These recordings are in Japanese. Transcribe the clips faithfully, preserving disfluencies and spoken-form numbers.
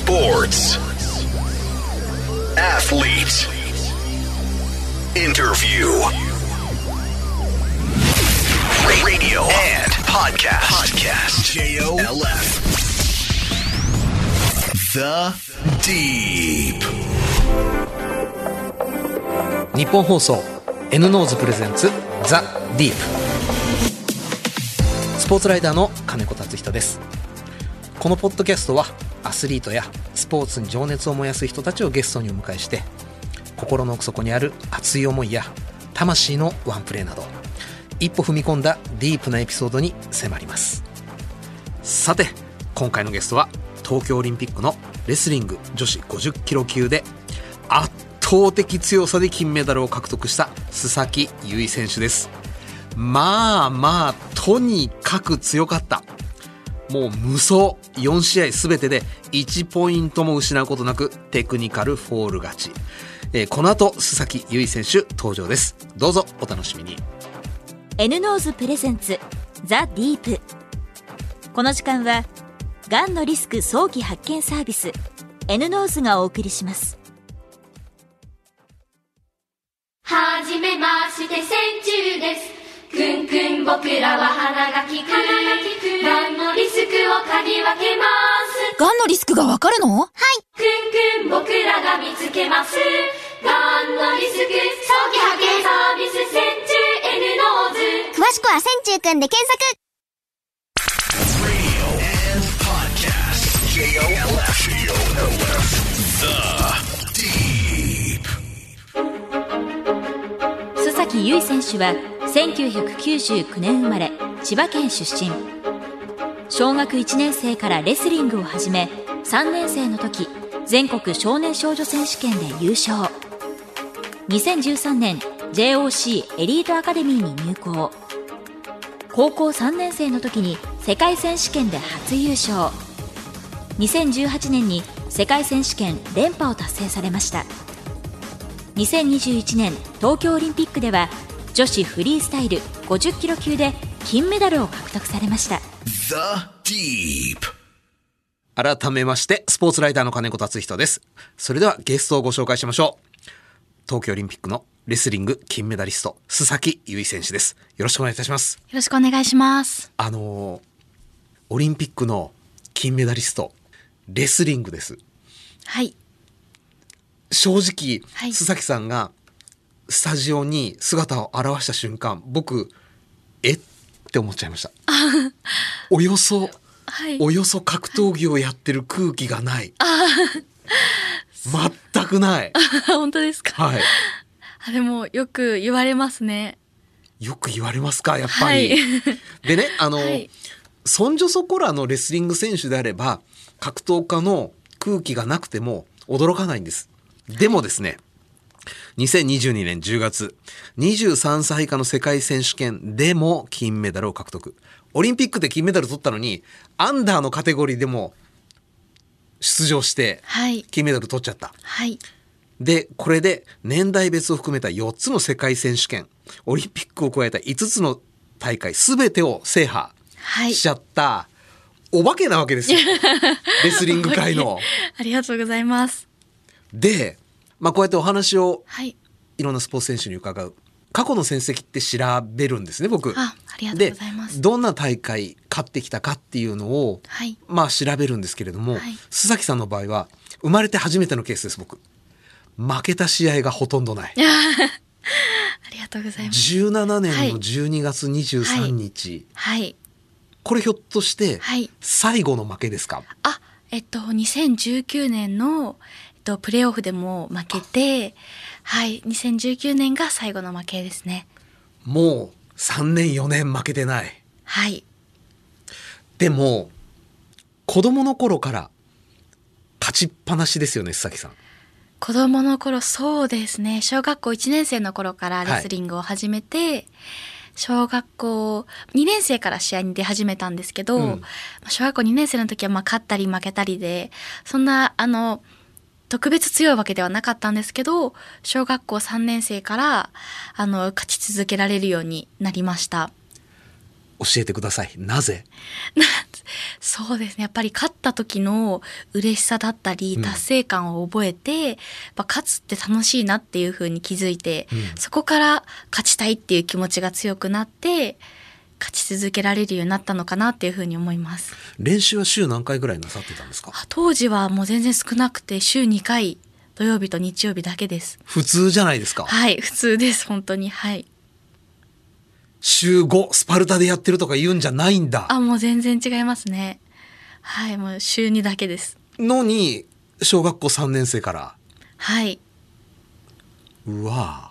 Sports Athlete Interview Radio and Podcast Podcast J O L F The Deep 日本放送 N ノーズプレゼンツ The Deep スポーツライターの金子達人です。このポッドキャストはアスリートやスポーツに情熱を燃やす人たちをゲストにお迎えして、心の奥底にある熱い思いや魂のワンプレーなど一歩踏み込んだディープなエピソードに迫ります。さて今回のゲストは東京オリンピックのレスリング女子ごじゅっキロ級で圧倒的強さで金メダルを獲得した須崎優衣選手です。まあまあとにかく強かった。もう無双よん試合すべてでいちポイントも失うことなくテクニカルフォール勝ち、えー、この後須崎優衣選手登場です。どうぞお楽しみに。 N ノーズプレゼンツザ・ディープ。この時間はがんのリスク早期発見サービス N ノーズがお送りします。 はじめまして千中です。くんくん僕らは鼻が利く。がんのリスクを嗅ぎ分けます。 がんのリスクがわかるの？はい。 くんくん僕らが見つけます。がんのリスク早期発見サービス千中 N ノーズ。 詳しくは千中くんで検索。 Radio and Podcast J O L F The Deep 須崎優衣選手はせんきゅうひゃくきゅうじゅうきゅうねん生まれ、千葉県出身。小学いちねん生からレスリングを始め、さんねん生の時全国少年少女選手権で優勝。にせんじゅうさんねん ジェイオーシー エリートアカデミーに入校。高校さんねん生の時に世界選手権で初優勝。にせんじゅうはちねんに世界選手権連覇を達成されました。にせんにじゅういちねん東京オリンピックでは女子フリースタイルごじゅっキロ級で金メダルを獲得されました。 The Deep 改めましてスポーツライターの金子達人です。それではゲストをご紹介しましょう。東京オリンピックのレスリング金メダリスト須崎優衣選手です。よろしくお願いいたします。 よろしくお願いします。 あのオリンピックの金メダリストレスリングです。 はい。 正直、 はい、 須崎さんがスタジオに姿を現した瞬間、僕えって思っちゃいましたおよそ、はい、およそ格闘技をやってる空気がない。全くない本当ですか？ はい。 あ、でもよく言われますね。 よく言われますか、やっぱり、はい、でね、あの、はい、そんじょそこらのレスリング選手であれば格闘家の空気がなくても驚かないんです。でもですね、にせんにじゅうにねんじゅうがつにじゅうさんさい以下の世界選手権でも金メダルを獲得。オリンピックで金メダル取ったのにアンダーのカテゴリーでも出場して金メダル取っちゃった、 はい、 でこれで年代別を含めたよっつの世界選手権、オリンピックを加えたいつつの大会全てを制覇しちゃった、はい、お化けなわけですよレスリング界のありがとうございます。 で、まあ、こうやってお話を、 はい、 いろんなスポーツ選手に伺う。過去の戦績って調べるんですね、僕。 あ、ありがとうございます。 で、どんな大会勝ってきたかっていうのを、はい、まあ調べるんですけれども、はい、須崎さんの場合は生まれて初めてのケースです。僕負けた試合がほとんどないありがとうございます。 じゅうななねんのじゅうにがつにじゅうさんにち、 はいはい、これひょっとして最後の負けですか？ あ、えっとにせんじゅうきゅうねんのプレーオフでも負けて、はい、にせんじゅうきゅうねんが最後の負けですね。 もうさんねんよねん負けてない。 はい。 でも子供の頃から勝ちっぱなしですよね、須崎さん。 子供の頃、そうですね、小学校いちねん生の頃からレスリングを始めて、はい、小学校にねん生から試合に出始めたんですけど、うん、小学校にねん生の時はまあ勝ったり負けたりで、そんなあの特別強いわけではなかったんですけど、小学校さんねん生からあの勝ち続けられるようになりました。 教えてください。なぜ？ そうですね。やっぱり勝った時の嬉しさだったり、 うん達成感を覚えて、やっぱ勝つって楽しいなっていう風に気づいて、 うんそこから勝ちたいっていう気持ちが強くなって、勝ち続けられるようになったのかなっていう風に思います。 練習は週何回ぐらいなさってたんですか？ あ当時はもう全然少なくて、週にかい、土曜日と日曜日だけです。 普通じゃないですか。 はい、普通です、本当に。はい。 週ごスパルタでやってるとか言うんじゃないんだ。 あ、もう全然違いますね。はい、もう週にだけです。 のに小学校さんねん生から。 はい。 うわ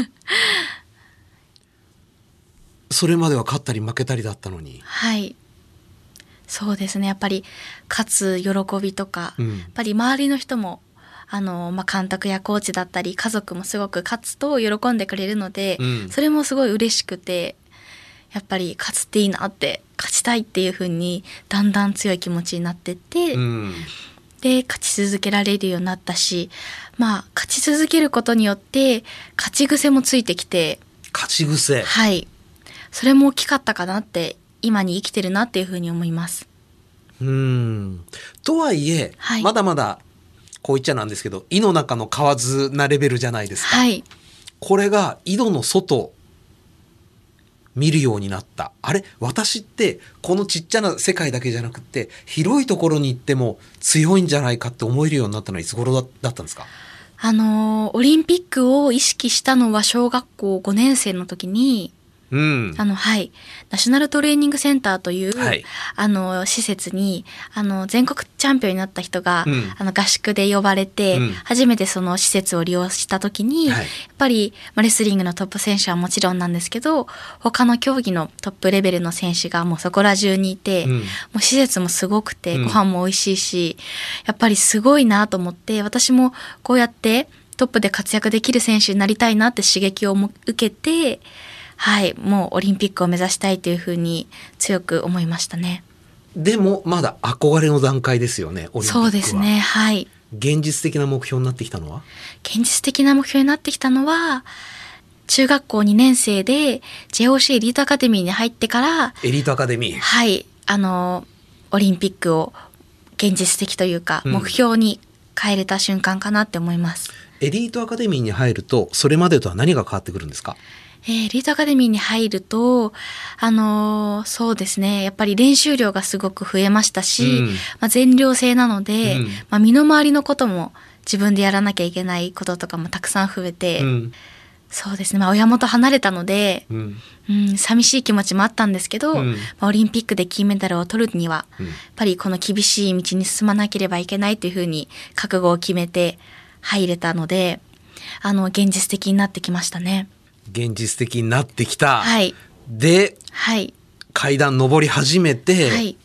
それまでは勝ったり負けたりだったのに。 はい。そうですね。やっぱり勝つ喜びとか、 うんやっぱり周りの人もあの、まあ、監督やコーチだったり家族もすごく勝つと喜んでくれるので、 うんそれもすごい嬉しくて、やっぱり勝つっていいなって、勝ちたいっていう風にだんだん強い気持ちになってって、 うんで勝ち続けられるようになったし、まあ勝ち続けることによって勝ち癖もついてきて、 勝ち癖。 はい、それも大きかったかなって、今に生きてるなっていう風に思います。 うんとはいえ、 はいまだまだこう言っちゃなんですけど、井の中の蛙なレベルじゃないですか。 はい。 これが井戸の外見るようになった。あれ私ってこのちっちゃな世界だけじゃなくって広いところに行っても強いんじゃないかって思えるようになったのはいつ頃だだったんですか？ あのーオリンピックを意識したのは小学校ごねん生の時に、 うんあの、はい、ナショナルトレーニングセンターという、 はいあの、施設に、あの、全国チャンピオンになった人が、 うんあの、合宿で呼ばれて、 うん初めてその施設を利用した時に、 はいやっぱり、まあレスリングのトップ選手はもちろんなんですけど、他の競技のトップレベルの選手がもうそこら中にいて、 うんもう施設もすごくて、 うんご飯も美味しいし、やっぱりすごいなと思って、私もこうやってトップで活躍できる選手になりたいなって刺激をも受けて、はい、もうオリンピックを目指したいというふうに強く思いましたね。 でもまだ憧れの段階ですよね、オリンピックは。 そうですね、はい。 現実的な目標になってきたのは？ 現実的な目標になってきたのは、中学校にねん生で ジェイオーシー エリートアカデミーに入ってから、 エリートアカデミー。 はい、あの、オリンピックを現実的というか、 うん目標に変えれた瞬間かなって思います。 エリートアカデミーに入るとそれまでとは何が変わってくるんですか？ えーエリートアカデミーに入ると、あのーそうですね、やっぱり練習量がすごく増えましたし、 うんまあ、全寮制なので、 うんまあ、身の回りのことも自分でやらなきゃいけないこととかもたくさん増えて、 うんそうですね、まあ、親元離れたので、 うんうん、寂しい気持ちもあったんですけど、 うんまあ、オリンピックで金メダルを取るには、 うんやっぱりこの厳しい道に進まなければいけないというふうに覚悟を決めて入れたので、あの現実的になってきましたね。 現実的になってきた。 はいではい階段上り始めて、 はい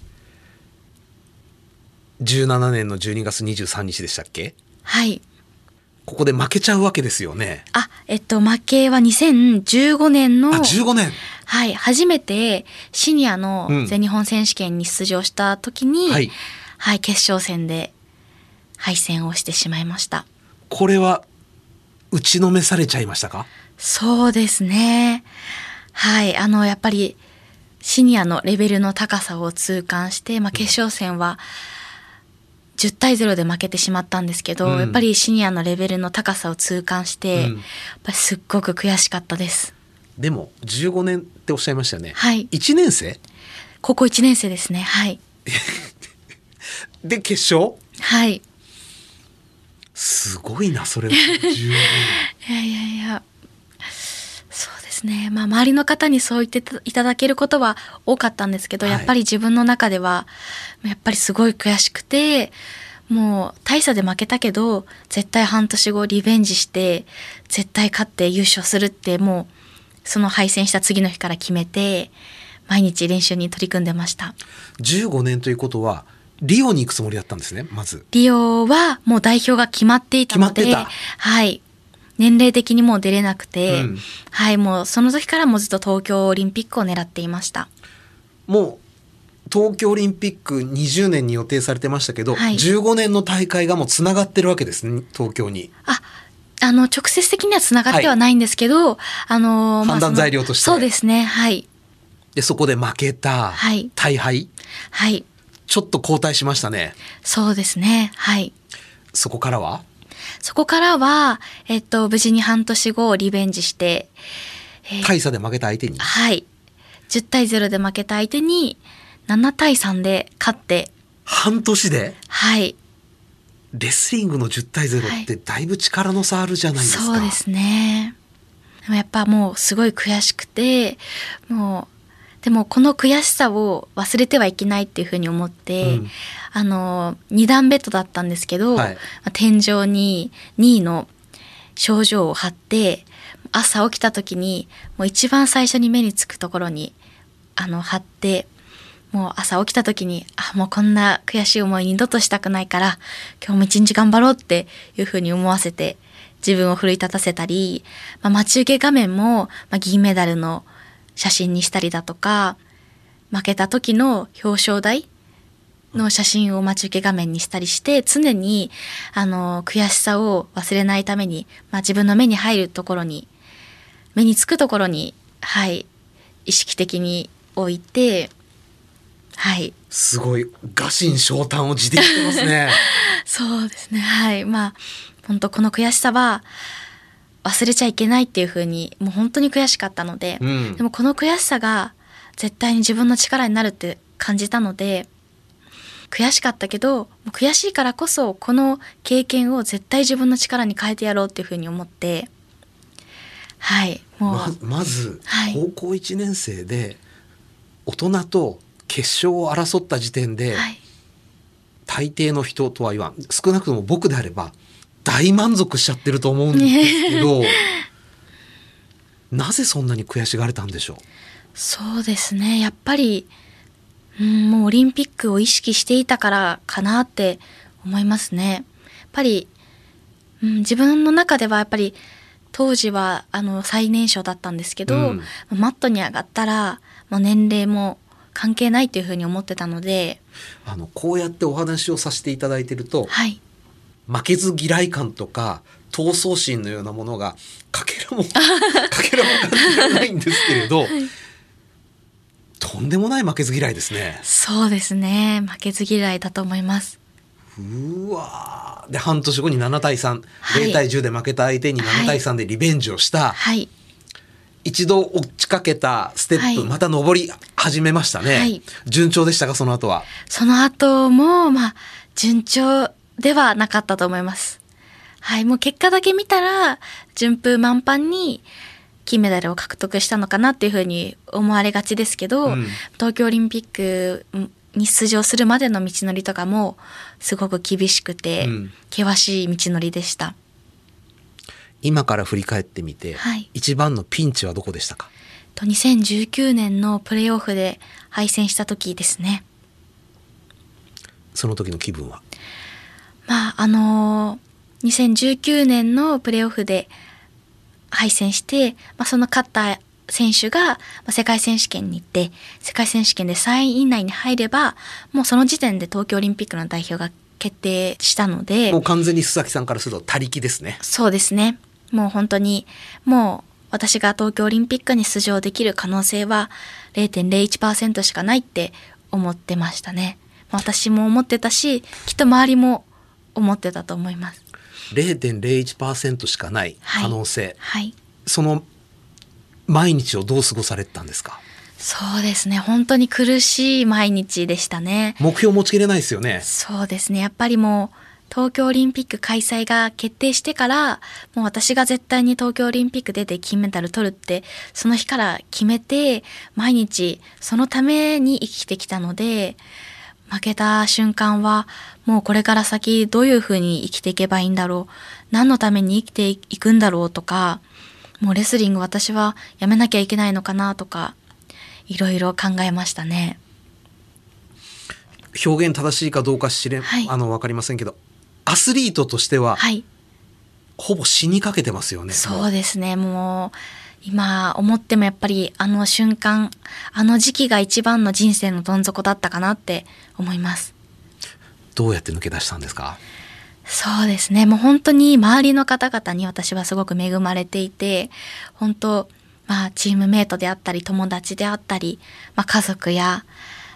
じゅうななねんのじゅうにがつにじゅうさんにちでしたっけ？ はいここで負けちゃうわけですよね。 あ、えっと、負けはにせんじゅうごねんの、 あ、じゅうごねん。 はい、初めてシニアのうん全日本選手権に出場した時に、 はいはい、決勝戦で敗戦をしてしまいました。 これは打ちのめされちゃいましたか？ そうですね。はい、あの、やっぱりシニアのレベルの高さを痛感して、まあ、決勝戦はじゅったいゼロで負けてしまったんですけど、 うんやっぱりシニアのレベルの高さを痛感して、 うんやっぱりすっごく悔しかったです。 でもじゅうごねんっておっしゃいましたよね。 はいいちねん生高校いちねん生ですね。はい。 で決勝？ はい。 すごいなそれは。じゅうごねん。 いやいやいや。そうですね。まあ周りの方にそう言っていただけることは多かったんですけど、 はいやっぱり自分の中ではやっぱりすごい悔しくて、もう大差で負けたけど絶対半年後リベンジして絶対勝って優勝するってもうその敗戦した次の日から決めて毎日練習に取り組んでました。 じゅうごねんということはリオに行くつもりだったんですね。まずリオはもう代表が決まっていたので、 決まってたはい。年齢的にもう出れなくて、 うんはい、もうその時からもうずっと東京オリンピックを狙っていました。 もう東京オリンピックにじゅうねんに予定されてましたけど、 はいじゅうごねんの大会がもうつながってるわけですね、東京に。 あ、あの直接的にはつながってはないんですけど、あのまあ判断材料としてそのそうですね、はいでそこで負けた、 はい大敗はい。 ちょっと後退しましたね。 そうですね。はい。 そこからはそこからは、えっと、無事に半年後リベンジして、 えー、大差で負けた相手に、 はい。じゅうたいゼロで負けた相手にななたいさんで勝って。 半年で？ はい。 レスリングのじゅうたいゼロってだいぶ力の差あるじゃないですか。 そうですね。でもやっぱもうすごい悔しくて、もうでもこの悔しさを忘れてはいけないっていうふうに思って、うん、あのに段ベッドだったんですけど、はい、天井ににいの賞状を貼って、朝起きた時にもう一番最初に目につくところにあの貼って、もう朝起きた時に、あ、もうこんな悔しい思い二度としたくないから今日も一日頑張ろうっていうふうに思わせて自分を奮い立たせたり、まあ、待ち受け画面も、まあ、銀メダルの写真にしたりだとか、負けた時の表彰台の写真を待ち受け画面にしたりして、常にあの悔しさを忘れないために、まあ、自分の目に入るところに、目につくところに、はい、意識的に置いて、はい、 すごい臥薪嘗胆を自でしてますね。 そうですね。はい。まあ本当この悔しさは忘れちゃいけないっていう風に、もう本当に悔しかったので、うん、でもこの悔しさが絶対に自分の力になるって感じたので、悔しかったけど、もう悔しいからこそこの経験を絶対自分の力に変えてやろうっていう風に思って、はい。もうま, まず、はい、高校いちねん生で大人と決勝を争った時点で、はい、大抵の人とは言わん、少なくとも僕であれば大満足しちゃってると思うんですけど、なぜそんなに悔しがれたんでしょう？ そうですね、やっぱり、うん、もうオリンピックを意識していたからかなって思いますね。やっぱり、うん、自分の中ではやっぱり当時はあの最年少だったんですけど、うん、マットに上がったらもう年齢も関係ないというふうに思ってたので、 あのこうやってお話をさせていただいてると、 はい、 負けず嫌い感とか闘争心のようなものがかけらもかけらも感じられないんですけれど、はい、とんでもない負けず嫌いですね。 そうですね、負けず嫌いだと思います。 うわで半年後にななたいさん、はい、ゼロたいじゅうで負けた相手にななたいさんでリベンジをした、 はい、 一度落ちかけたステップ、はい、また登り始めましたね、はい、順調でしたか？その後は。 その後もまあ順調ではなかったと思います。はい、もう結果だけ見たら順風満帆に金メダルを獲得したのかなっていうふうに思われがちですけど、うん、東京オリンピックに出場するまでの道のりとかもすごく厳しくて、うん、険しい道のりでした。 今から振り返ってみて、 はい、 一番のピンチはどこでしたか？ にせんじゅうきゅうねんのプレーオフで敗戦した時ですね。 その時の気分は？ まああのー、にせんじゅうきゅうねんのプレーオフで敗戦して、まあ、その勝った選手が世界選手権に行って、世界選手権でさんい以内に入ればもうその時点で東京オリンピックの代表が決定したので、 もう完全に須崎さんからすると他力ですね。 そうですね、もう本当にもう私が東京オリンピックに出場できる可能性は ゼロてんゼロいちパーセント しかないって思ってましたね。私も思ってたし、きっと周りも思ってたと思います。 ゼロてんゼロいちパーセント しかない可能性、 はいはい、 その毎日をどう過ごされてたんですか？ そうですね、本当に苦しい毎日でしたね。 目標持ちきれないですよね。 そうですね、やっぱりもう東京オリンピック開催が決定してから、もう私が絶対に東京オリンピック出て金メダル取るってその日から決めて、毎日そのために生きてきたので、負けた瞬間はもうこれから先どういうふうに生きていけばいいんだろう、何のために生きていくんだろうとか、もうレスリング私はやめなきゃいけないのかなとか、いろいろ考えましたね。 表現正しいかどうか知れ、はい、あの分かりませんけど、アスリートとしては、はい、ほぼ死にかけてますよね。 そうですね、もう今思ってもやっぱりあの瞬間、あの時期が一番の人生のどん底だったかなって思います。 どうやって抜け出したんですか？ そうですね、もう本当に周りの方々に私はすごく恵まれていて、本当、まあ、チームメイトであったり友達であったり、まあ、家族や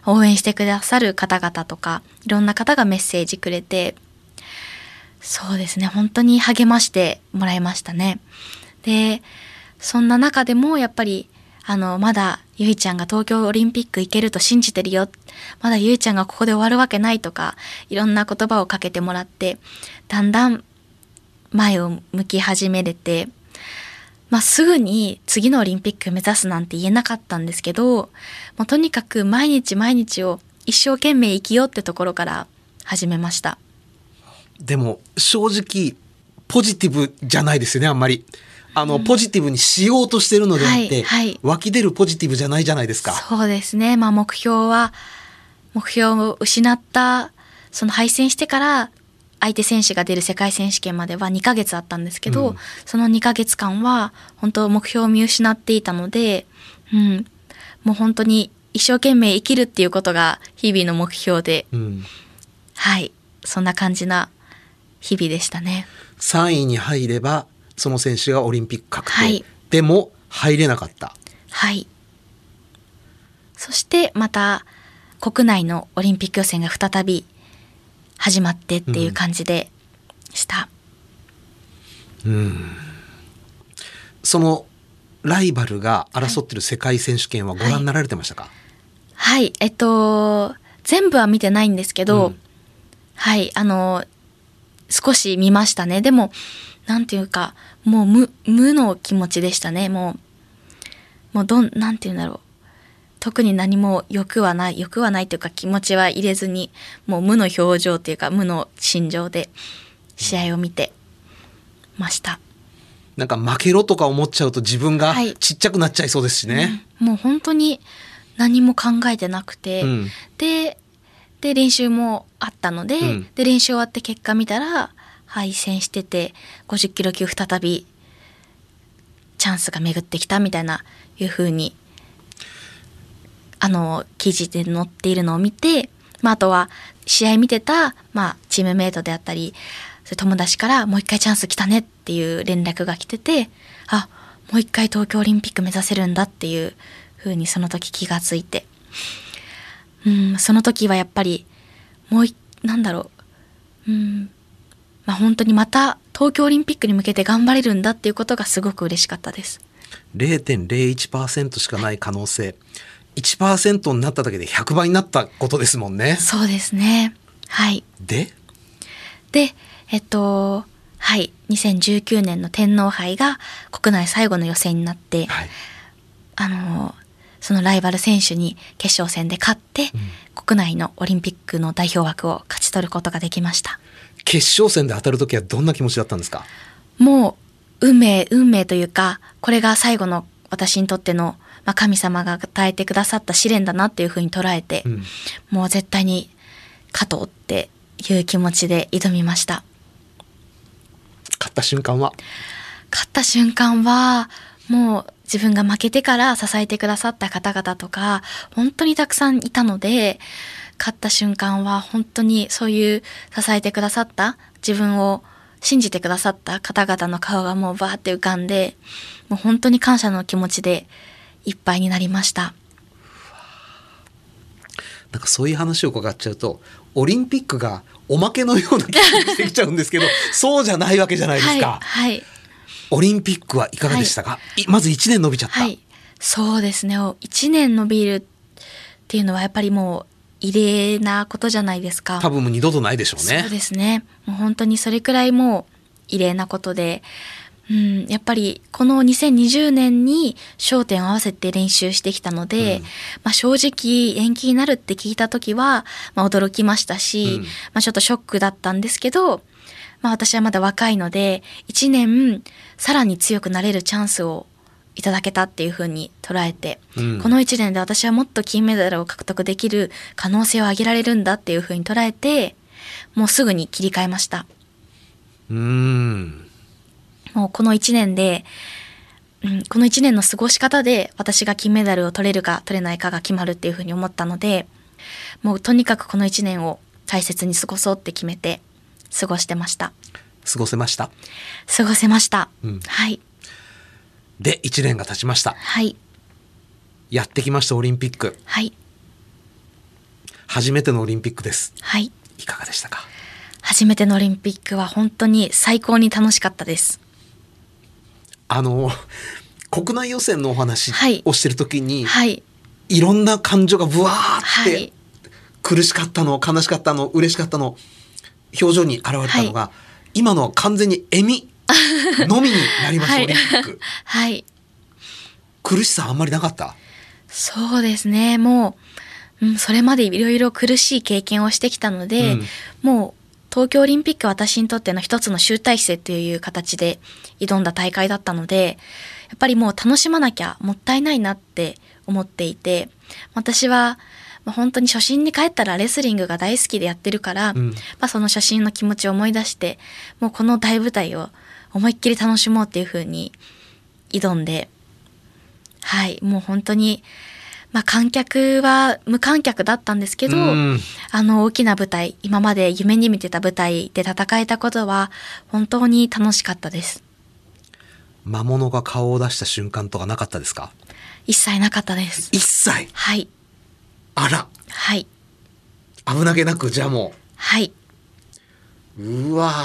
応援してくださる方々とかいろんな方がメッセージくれて、そうですね、本当に励ましてもらいましたね。でそんな中でもやっぱりあのまだゆいちゃんが東京オリンピック行けると信じてるよ、まだゆいちゃんがここで終わるわけないとかいろんな言葉をかけてもらって、だんだん前を向き始めれて、まあ、すぐに次のオリンピック目指すなんて言えなかったんですけど、もうとにかく毎日毎日を一生懸命生きようってところから始めました。 でも正直ポジティブじゃないですよね、あんまり。あの、うん、ポジティブにしようとしてるのであって、はいはい、湧き出るポジティブじゃないじゃないですか。 そうですね、まあ、目標は目標を失ったその敗戦してから相手選手が出る世界選手権まではにかげつあったんですけど、うん、そのにかげつかんは本当目標を見失っていたので、うん、もう本当に一生懸命生きるっていうことが日々の目標で、うん、はいそんな感じな日々でしたね。 さんいに入ればその選手がオリンピック確定、はい、でも入れなかった。 はい。そしてまた国内のオリンピック予選が再び始まってっていう感じでした。 うん、うん、そのライバルが争ってる世界選手権はご覧になられてましたか？ はい、はい、えっと全部は見てないんですけど、うん、はいあの少し見ましたね。でもなんていうかもう 無, 無の気持ちでしたね。もうもうどんなんていうんだろう、特に何も欲はない欲はないというか気持ちは入れずに、もう無の表情というか無の心情で試合を見てました。 なんか負けろとか思っちゃうと自分がちっちゃくなっちゃいそうですしね、 はいうん、もう本当に何も考えてなくて、うん、で, で練習もあったので、うん、で練習終わって結果見たら敗戦しててごじゅっキロ級再びチャンスが巡ってきたみたいないう風にあの記事で載っているのを見て、まあ、あとは試合見てた、まあ、チームメイトであったり友達からもう一回チャンス来たねっていう連絡が来てて、あもう一回東京オリンピック目指せるんだっていう風にその時気がついて、うんその時はやっぱりもうなんだろう、うんまあ、本当にまた東京オリンピックに向けて頑張れるんだっていうことがすごく嬉しかったです。 ゼロてんゼロいちパーセント しかない可能性、いちパーセント になっただけでひゃくばいになったことですもんね。 そうですね。はいででえっとはいにせんじゅうきゅうねんの天皇杯が国内最後の予選になって、はい、あのそのライバル選手に決勝戦で勝って、うん、国内のオリンピックの代表枠を勝ち取ることができました。 決勝戦で当たるときはどんな気持ちだったんですか？ もう運命運命というか、これが最後の私にとっての、まあ、神様が与えてくださった試練だなっていうふうに捉えて、うん、もう絶対に勝とうっていう気持ちで挑みました。 勝った瞬間は勝った瞬間はもう自分が負けてから支えてくださった方々とか本当にたくさんいたので、勝った瞬間は本当にそういう支えてくださった自分を信じてくださった方々の顔がもうバーって浮かんで、もう本当に感謝の気持ちでいっぱいになりました。 なんかそういう話を伺っちゃうとオリンピックがおまけのような気がしてきちゃうんですけどそうじゃないわけじゃないですか。 はい、はい、 オリンピックはいかがでしたか？はい、まずいちねん伸びちゃった。 はい、そうですね。いちねん伸びるっていうのはやっぱりもう異例なことじゃないですか。 多分もう二度とないでしょうね。 そうですね。もう本当にそれくらいもう異例なことで、うん、やっぱりこのにせんにじゅうねんに焦点を合わせて練習してきたので、うんまあ、正直延期になるって聞いた時は、まあ、驚きましたし、うんまあ、ちょっとショックだったんですけど、まあ、私はまだ若いのでいちねんさらに強くなれるチャンスをいただけたっていう風に捉えて、うん、このいちねんで私はもっと金メダルを獲得できる可能性を上げられるんだっていう風に捉えて、もうすぐに切り替えました。 うーんもうこのいちねんで、うん、このいちねんの過ごし方で私が金メダルを取れるか取れないかが決まるっていう風に思ったので、もうとにかくこのいちねんを大切に過ごそうって決めて過ごしてました。 過ごせました過ごせました、 うん、 はいでいちねんが経ちました。 はいやってきましたオリンピック。 はい初めてのオリンピックです。 はい。 いかがでしたか？ 初めてのオリンピックは本当に最高に楽しかったです。 あの国内予選のお話をしてる時に、 はい、 いろんな感情がブワーって、 はい、 苦しかったの、悲しかったの、嬉しかったの表情に現れたのが、はい、今のは完全に笑みのみになりました、はい、オリンピック。 はい。 苦しさあんまりなかった？ そうですね。もう、うん、それまでいろいろ苦しい経験をしてきたので、うん、もう東京オリンピックは私にとっての一つの集大成という形で挑んだ大会だったので、やっぱりもう楽しまなきゃもったいないなって思っていて、私は本当に初心に帰ったらレスリングが大好きでやってるから、うん、まあ、その初心の気持ちを思い出して、もうこの大舞台を思いっきり楽しもうっていう風に挑んで、はい、もう本当に、まあ、観客は無観客だったんですけど、うん、あの大きな舞台、今まで夢に見てた舞台で戦えたことは本当に楽しかったです。 魔物が顔を出した瞬間とかなかったですか？ 一切なかったです。 一切？ はい。 あら。 はい。 危なげなく、じゃあもう。 はい。 うわ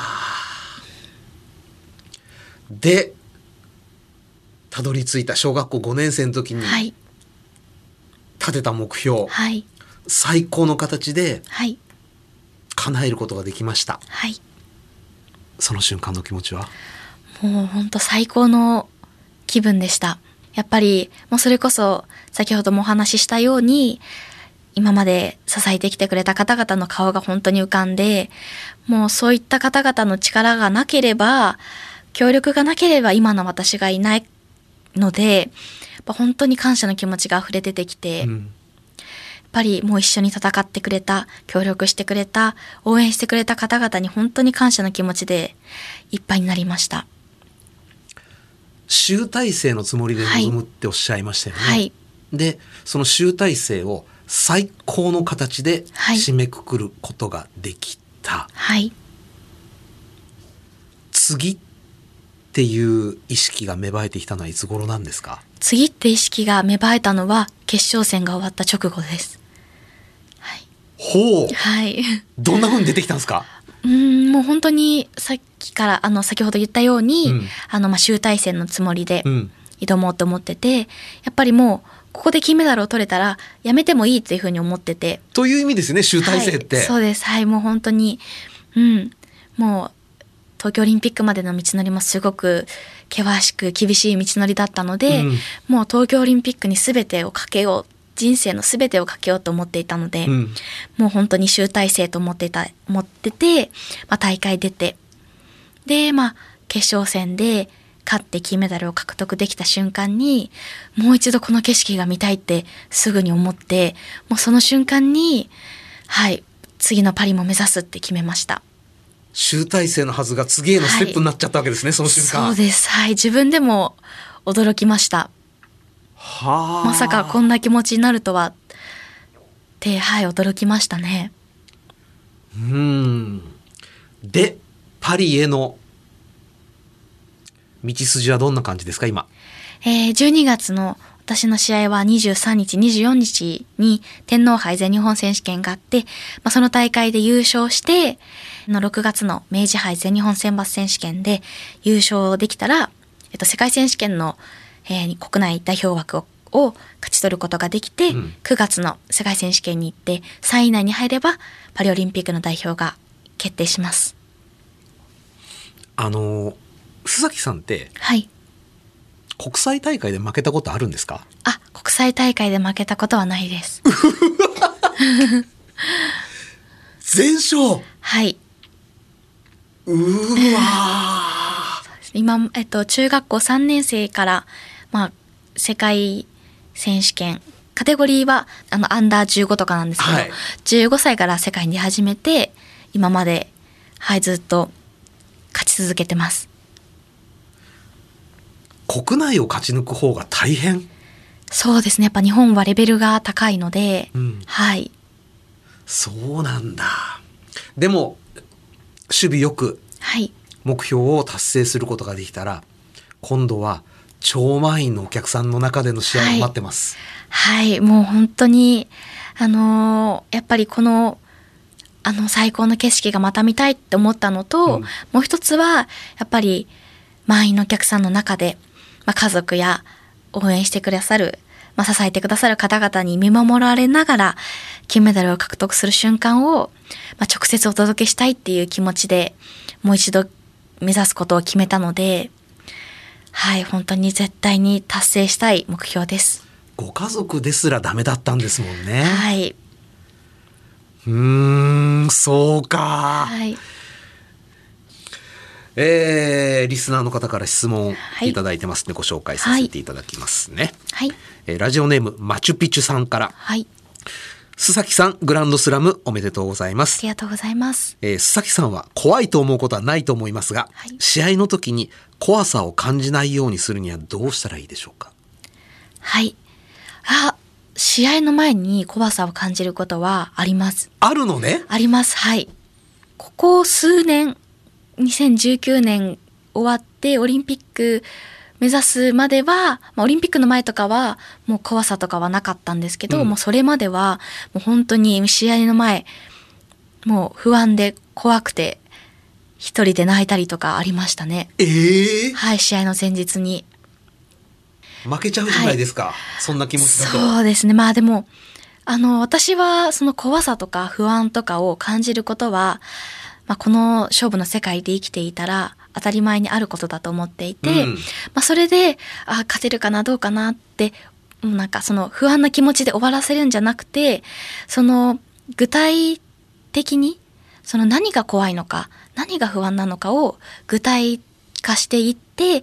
ー。で、たどり着いた小学校ごねん生の時に、はい、立てた目標、はい、最高の形で叶えることができました。 はい。 その瞬間の気持ちは？ もう本当最高の気分でした。やっぱりもうそれこそ先ほどもお話ししたように、今まで支えてきてくれた方々の顔が本当に浮かんで、もうそういった方々の力がなければ、協力がなければ今の私がいないので、やっぱ本当に感謝の気持ちが溢れ出てきて、うん、やっぱりもう一緒に戦ってくれた、協力してくれた、応援してくれた方々に本当に感謝の気持ちでいっぱいになりました。 集大成のつもりで臨むっておっしゃいましたよね。 はい。 で、その集大成を最高の形で締めくくることができた。 はい。 次っていう意識が芽生えてきたのはいつ頃なんですか？ 次って意識が芽生えたのは決勝戦が終わった直後です。はい。 ほう。 はい。 どんな風に出てきたんですか？ うーん、もう本当にさっきからあの先ほど言ったように、うん、あのまあ集大成のつもりで挑もうと思ってて、うん、やっぱりもうここで金メダルを取れたらやめてもいいっていうふうに思ってて。 という意味ですね、集大成って。 はい、そうです。はい、もう本当に、うん、もう東京オリンピックまでの道のりもすごく険しく厳しい道のりだったので、うん、もう東京オリンピックに全てをかけよう、人生の全てをかけようと思っていたので、うん、もう本当に集大成と思っていた、思ってて、まあ、大会出て、で、まあ、決勝戦で勝って金メダルを獲得できた瞬間に、もう一度この景色が見たいってすぐに思って、もうその瞬間に、はい、次のパリも目指すって決めました。 集大成のはずが次へのステップになっちゃったわけですね、はい、その瞬間。 そうです。はい、自分でも驚きました。 はあ。 まさかこんな気持ちになるとはって、はい、驚きましたね。 うーん。で、パリへの道筋はどんな感じですか、今？ えー、じゅうにがつの私の試合はにじゅうさんにち、にじゅうよっかに天皇杯全日本選手権があって、まあ、その大会で優勝して、のろくがつの明治杯全日本選抜選手権で優勝できたら、えっと、世界選手権の、えー、国内代表枠を、を勝ち取ることができて、うん、くがつの世界選手権に行ってさんい以内に入ればパリオリンピックの代表が決定します。 あの須崎さんって、 はい、 国際大会で負けたことあるんですか？ あ、国際大会で負けたことはないです。 全勝。 はい。 うーわ今、えっと、中学校さんねん生から、まあ、世界選手権カテゴリーはあのアンダーじゅうごとかなんですけど、はい、じゅうごさいから世界に出始めて今まで、はい、ずっと勝ち続けてます。 国内を勝ち抜く方が大変？ そうですね、やっぱ日本はレベルが高いので、うん、はい。 そうなんだ。でも守備よく目標を達成することができたら、はい、今度は超満員のお客さんの中での試合を待ってます。 はい、はい、もう本当にあのー、やっぱりこのあの最高の景色がまた見たいって思ったのと、うん、もう一つはやっぱり満員のお客さんの中で、まあ、家族や応援してくださる、まあ、支えてくださる方々に見守られながら金メダルを獲得する瞬間を、まあ、直接お届けしたいっていう気持ちでもう一度目指すことを決めたので、はい、本当に絶対に達成したい目標です。 ご家族ですらダメだったんですもんね。 はい。 うーん、そうか。 はい。 えー、リスナーの方から質問いただいてますので、はい、ご紹介させていただきますね。 はい。 えー、ラジオネームマチュピチュさんから。 はい。 須崎さん、グランドスラムおめでとうございます。 ありがとうございます。 えー、須崎さんは怖いと思うことはないと思いますが、はい、試合の時に怖さを感じないようにするにはどうしたらいいでしょうか？ はい。あ、試合の前に怖さを感じることはあります。 あるのね？ あります。はい。ここ数年、にせんじゅうきゅうねん終わってオリンピック目指すまでは、まあ、オリンピックの前とかはもう怖さとかはなかったんですけど、うん、もうそれまではもう本当に試合の前もう不安で怖くて一人で泣いたりとかありましたね。 えー、 はい、試合の前日に負けちゃうじゃないですか、はい、そんな気持ちだと。 そうですね。まあでもあの私はその怖さとか不安とかを感じることは、まあ、この勝負の世界で生きていたら当たり前にあることだと思っていて、うん、まあ、それであ勝てるかなどうかなってなんかその不安な気持ちで終わらせるんじゃなくて、その具体的にその何が怖いのか何が不安なのかを具体化していって、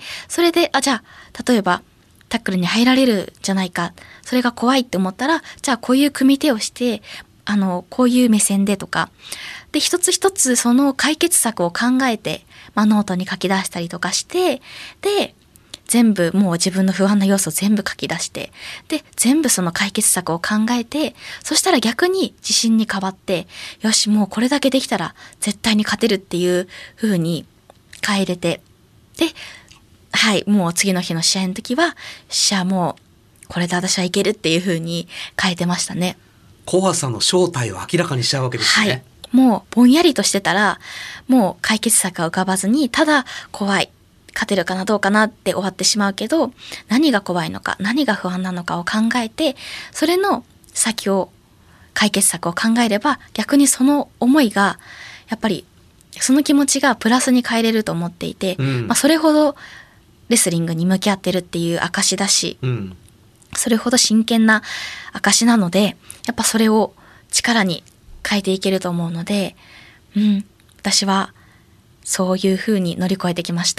それであじゃあ例えばタックルに入られるじゃないか、それが怖いって思ったらじゃあこういう組み手をしてあのこういう目線でとかで一つ一つその解決策を考えて、まあ、ノートに書き出したりとかして、で全部もう自分の不安な要素を全部書き出して、で全部その解決策を考えて、そしたら逆に自信に変わって、よしもうこれだけできたら絶対に勝てるっていう風に変えれて、ではいもう次の日の試合の時はしゃもうこれで私はいけるっていう風に変えてましたね。 怖さの正体を明らかにしちゃうわけですね。 はい、もうぼんやりとしてたらもう解決策が浮かばずに、ただ怖い勝てるかなどうかなって終わってしまうけど、何が怖いのか何が不安なのかを考えて、それの先を解決策を考えれば逆にその思いがやっぱりその気持ちがプラスに変えれると思っていて、うん、まあ、それほどレスリングに向き合ってるっていう証だし、うん、それほど真剣な証なので、やっぱそれを力に変えていけると思うので、うん、私はそういう風に乗り越えてきました。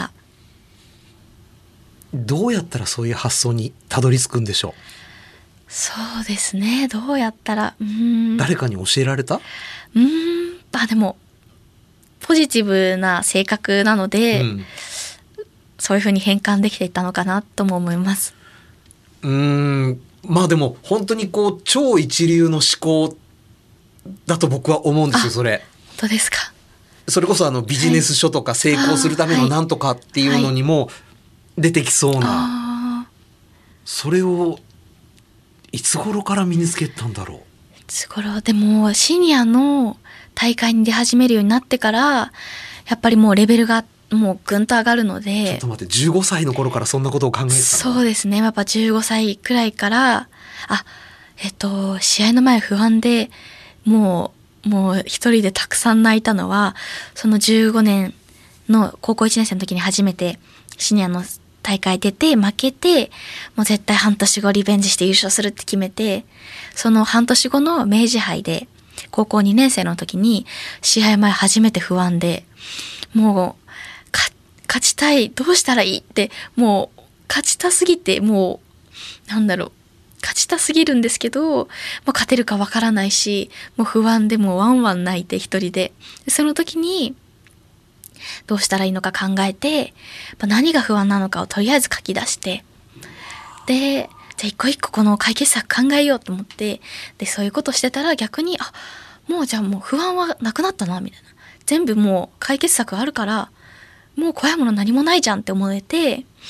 どうやったらそういう発想にたどり着くんでしょう？ そうですね、どうやったらうーん誰かに教えられた？ うーんあでもポジティブな性格なので、うん、そういう風に変換できていったのかなとも思います。 うーんまあでも本当にこう超一流の思考だと僕は思うんですよ。それ本当ですか？ それこそあのビジネス書とか成功するためのなんとかっていうのにも出てきそうな、はい、それをいつ頃から身につけたんだろう。 いつ頃でもシニアの大会に出始めるようになってからやっぱりもうレベルがもうぐんと上がるので。 ちょっと待って、じゅうごさいの頃からそんなことを考えてたの？ そうですね、やっぱじゅうごさいくらいからあえっと試合の前不安でもうもう一人でたくさん泣いたのは、そのじゅうごねんの高校いちねん生の時に初めてシニアの大会出て負けて、もう絶対半年後リベンジして優勝するって決めて、その半年後の明治杯で高校にねん生の時に試合前初めて不安で、もう勝ちたいどうしたらいいってもう勝ちたすぎてもうなんだろう勝ちたすぎるんですけど、もう勝てるかわからないし、もう不安でもうワンワン泣いて一人で、その時にどうしたらいいのか考えて、何が不安なのかをとりあえず書き出して、でじゃあ一個一個この解決策考えようと思って、でそういうことしてたら逆にあもうじゃあもう不安はなくなったなみたいな、全部もう解決策あるからもう怖いもの何もないじゃんって思えて、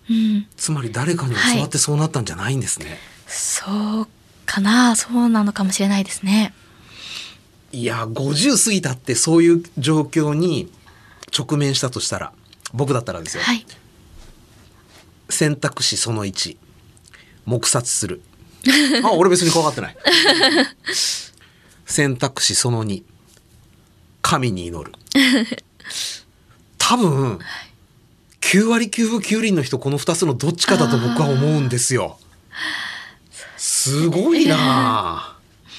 うん、 つまり誰かに教わってそうなったんじゃないんですね。はい、 そうかな、そうなのかもしれないですね。 いやごじゅう過ぎたってそういう状況に直面したとしたら、僕だったらですよ、 はい、 選択肢そのいち、黙殺するあ、俺別に怖がってない選択肢そのに、神に祈る多分きゅうわりきゅうぶきゅうりんの人このふたつのどっちかだと僕は思うんですよ。すごいな。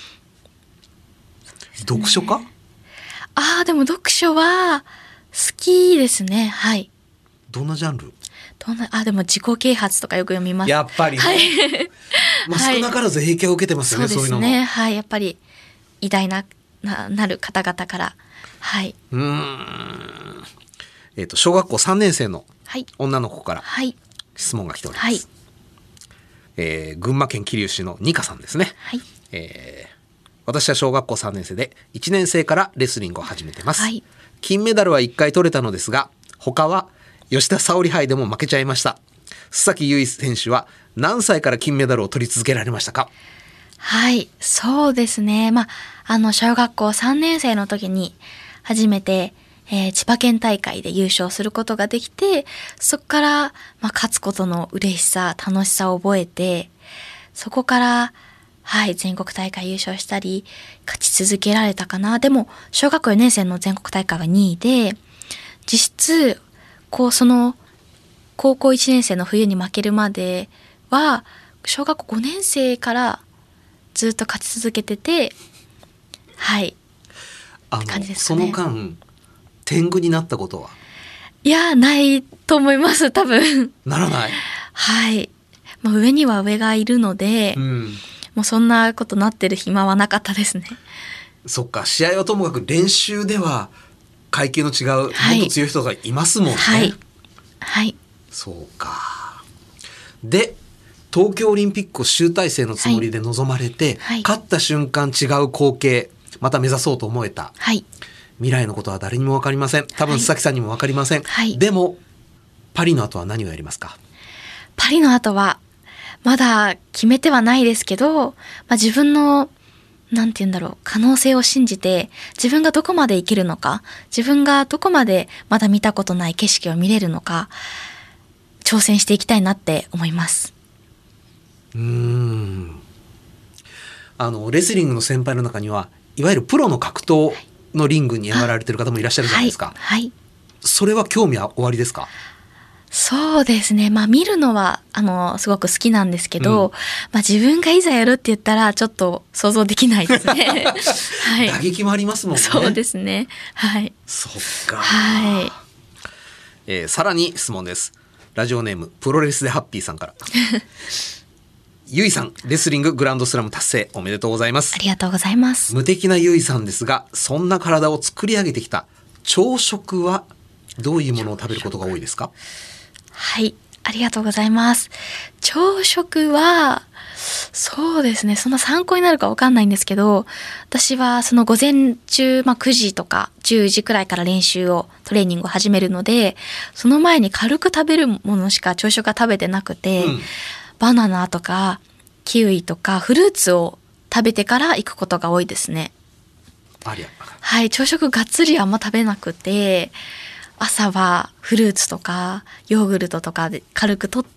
読書家？ ああ、でも読書は好きですね。はい。 どんなジャンル？ どんな、あ、でも自己啓発とかよく読みます。 やっぱりね。はい、まあ、少なからず影響を受けてますよね、はい、そういうのも。そうですね。はい、やっぱり偉大な な, なる方々から。はい。 うーん。えっと小学校さんねん生の女の子から質問が来ております。はい。えー、群馬県桐生市のニカさんですね。はい。えー私は小学校さんねん生でいちねん生からレスリングを始めてます、はい、金メダルはいっかい取れたのですが、他は吉田沙保里杯でも負けちゃいました。須崎優衣選手は何歳から金メダルを取り続けられましたか？ はい、そうですね、まあ、あの小学校さんねん生の時に初めて、えー、千葉県大会で優勝することができて、そこから、まあ、勝つことの嬉しさ、楽しさを覚えて、そこからはい、全国大会優勝したり勝ち続けられたかな。でも小学校よねん生の全国大会はにいで、実質こうその高校いちねん生の冬に負けるまでは小学校ごねん生からずっと勝ち続けてて、はい、 あの感じですかね。その間天狗になったことは？ いや、ないと思います。多分ならない。 はい、まあ、上には上がいるので、うん、もうそんなことなってる暇はなかったですね。 そっか、試合はともかく練習では階級の違う、はい、もっと強い人がいますもんね。 はい、はい、 そうか。で東京オリンピックを集大成のつもりで臨まれて、はい、勝った瞬間違う光景また目指そうと思えた、はい、未来のことは誰にも分かりません。多分須崎さんにも分かりません、はい、でもパリの後は何をやりますか？ パリの後はまだ決めてはないですけど、まあ、自分のなんて言うんだろう、可能性を信じて、自分がどこまで生きるのか、自分がどこまでまだ見たことない景色を見れるのか、挑戦していきたいなって思います。 うーん、あのレスリングの先輩の中にはいわゆるプロの格闘のリングに上がられてる方もいらっしゃるじゃないですか、 はいはい、 それは興味はおありですか？ そうですね、まあ見るのはあのすごく好きなんですけど、うん、まあ、自分がいざやるって言ったらちょっと想像できないですね、 はい、打撃もありますもんね。 そうですね、はい、 そっか、 はい、 えー、さらに質問です。ラジオネームプロレスでハッピーさんからゆいさん、レスリンググランドスラム達成おめでとうございます。 ありがとうございます。 無敵なゆいさんですが、そんな体を作り上げてきた朝食はどういうものを食べることが多いですか？ はい、ありがとうございます。朝食はそうですね、そんな参考になるか分かんないんですけど、私はその午前中、まあ、くじとかじゅうじくらいから練習をトレーニングを始めるので、その前に軽く食べるものしか朝食は食べてなくて、うん、バナナとかキウイとかフルーツを食べてから行くことが多いですね。 ありゃ、 はい、朝食がっつりあんま食べなくて、朝はフルーツとかヨーグルトとかで軽くとって、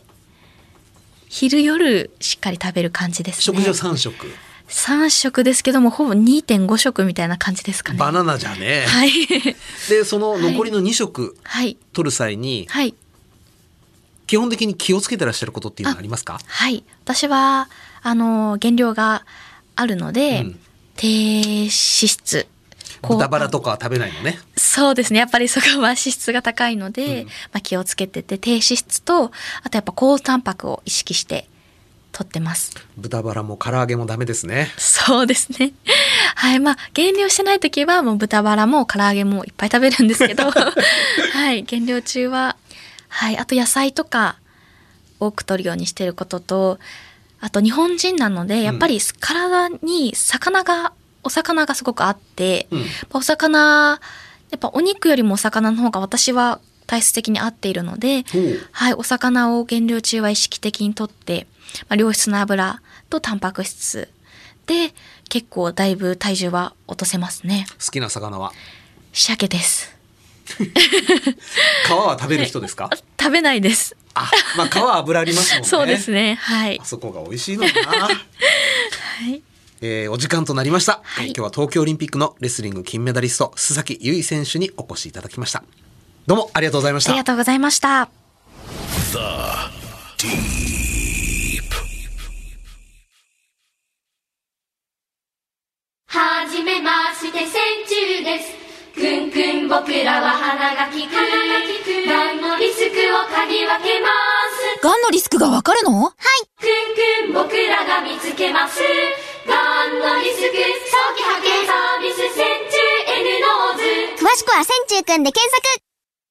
昼夜しっかり食べる感じですね。 食事はさん食さん食ですけども、ほぼ にてんご 食みたいな感じですかね。 バナナじゃね。 はいでその残りのに食取る際に、はいはい、基本的に気をつけてらっしゃることっていうのはありますか？ はい、私はあの減量があるので、うん、低脂質、 豚バラとかは食べないのね。 そうですね、やっぱりそこは脂質が高いので、うん、まあ、気をつけてて、低脂質とあとやっぱ高タンパクを意識してとってます。 豚バラも唐揚げもダメですね。 そうですね、はい、まあ減量してない時はもう豚バラも唐揚げもいっぱい食べるんですけどはい、減量中は、はい、あと野菜とか多く摂るようにしてることと、あと日本人なのでやっぱり体に魚が、お魚がすごくあって、うん、お魚やっぱお肉よりもお魚の方が私は体質的に合っているので、はい、お魚を減量中は意識的にとって、まあ、良質な油とタンパク質で結構だいぶ体重は落とせますね。 好きな魚は鮭です。 皮は食べる人ですか？ 食べないです。 あ、まあ皮は油ありますもんね。 そうですね。はい。 あそこが美味しいのかな。はい。えー、お時間となりました、はい、今日は東京オリンピックのレスリング金メダリスト須崎優衣選手にお越しいただきました。どうもありがとうございました。 ありがとうございました。 はじめまして戦中です。くんくん僕らは鼻が利く。がんのリスクを嗅ぎ分けます。 がんのリスクがわかるの？はい。 くんくん僕らが見つけます。がんのリスク早期発見サービス戦中 N ノーズ。 詳しくは戦中くんで検索。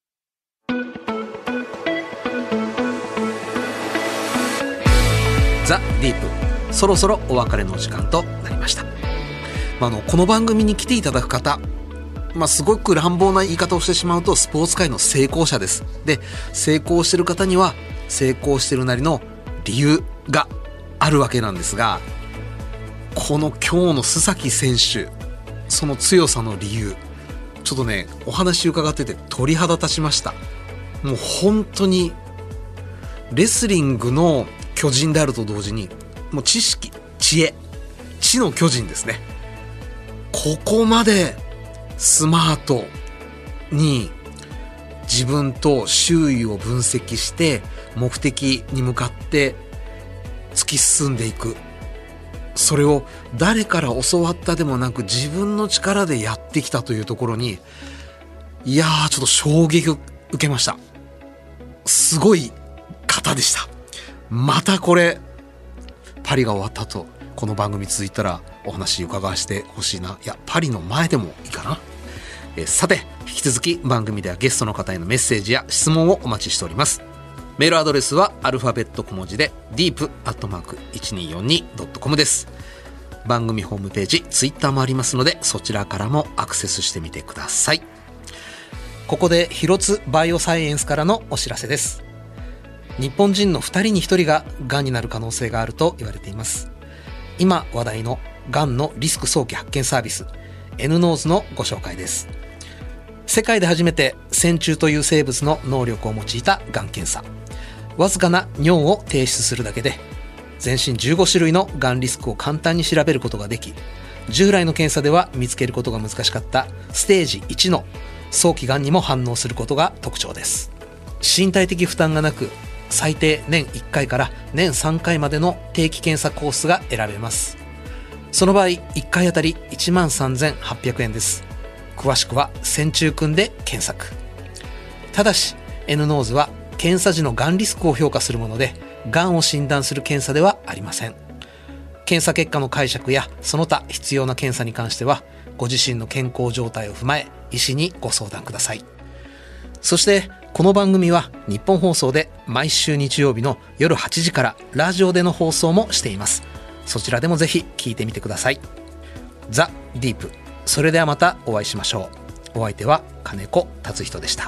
ザ・ディープ、そろそろお別れの時間となりました。まあ、あのこの番組に来ていただく方、まあ、すごく乱暴な言い方をしてしまうとスポーツ界の成功者です。で、成功してる方には成功してるなりの理由があるわけなんですが、この今日の須崎選手、その強さの理由、ちょっとねお話伺ってて鳥肌立ちました。もう本当にレスリングの巨人であると同時に、もう知識、知恵、知の巨人ですね。ここまでスマートに自分と周囲を分析して目的に向かって突き進んでいく。それを誰から教わったでもなく自分の力でやってきたというところに、いやーちょっと衝撃を受けました。すごい方でした。またこれパリが終わった後この番組続いたらお話伺わせてほしいな。いやパリの前でもいいかな。えさて引き続き番組ではゲストの方へのメッセージや質問をお待ちしております。メールアドレスはアルファベット小文字で ディープ アットマーク いちにーよんに ドットコム です。番組ホームページ、ツイッターもありますのでそちらからもアクセスしてみてください。ここで広津バイオサイエンスからのお知らせです。日本人のふたりにひとりががんになる可能性があると言われています。今話題のがんのリスク早期発見サービス N ノーズのご紹介です。世界で初めて線虫という生物の能力を用いたがん検査。わずかな尿を提出するだけで全身じゅうごしゅるいのがんリスクを簡単に調べることができ、従来の検査では見つけることが難しかったステージいちの早期がんにも反応することが特徴です。身体的負担がなく、最低年いっかいから年さんかいまでの定期検査コースが選べます。その場合いっかいあたりいちまんさんぜんはっぴゃくえんです。詳しくは線虫くんで検索。ただし N ノーズは検査時のがんリスクを評価するもので、がんを診断する検査ではありません。検査結果の解釈やその他必要な検査に関してはご自身の健康状態を踏まえ医師にご相談ください。そしてこの番組は日本放送で毎週日曜日の夜はちじからラジオでの放送もしています。そちらでもぜひ聞いてみてください。ザ・ディープ、それではまたお会いしましょう。お相手は金子達人でした。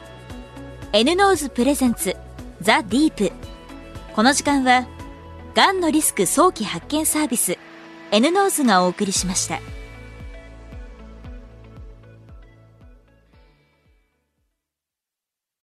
N ノーズプレゼンツザ・ディープ。この時間はがんのリスク早期発見サービス N ノーズがお送りしました。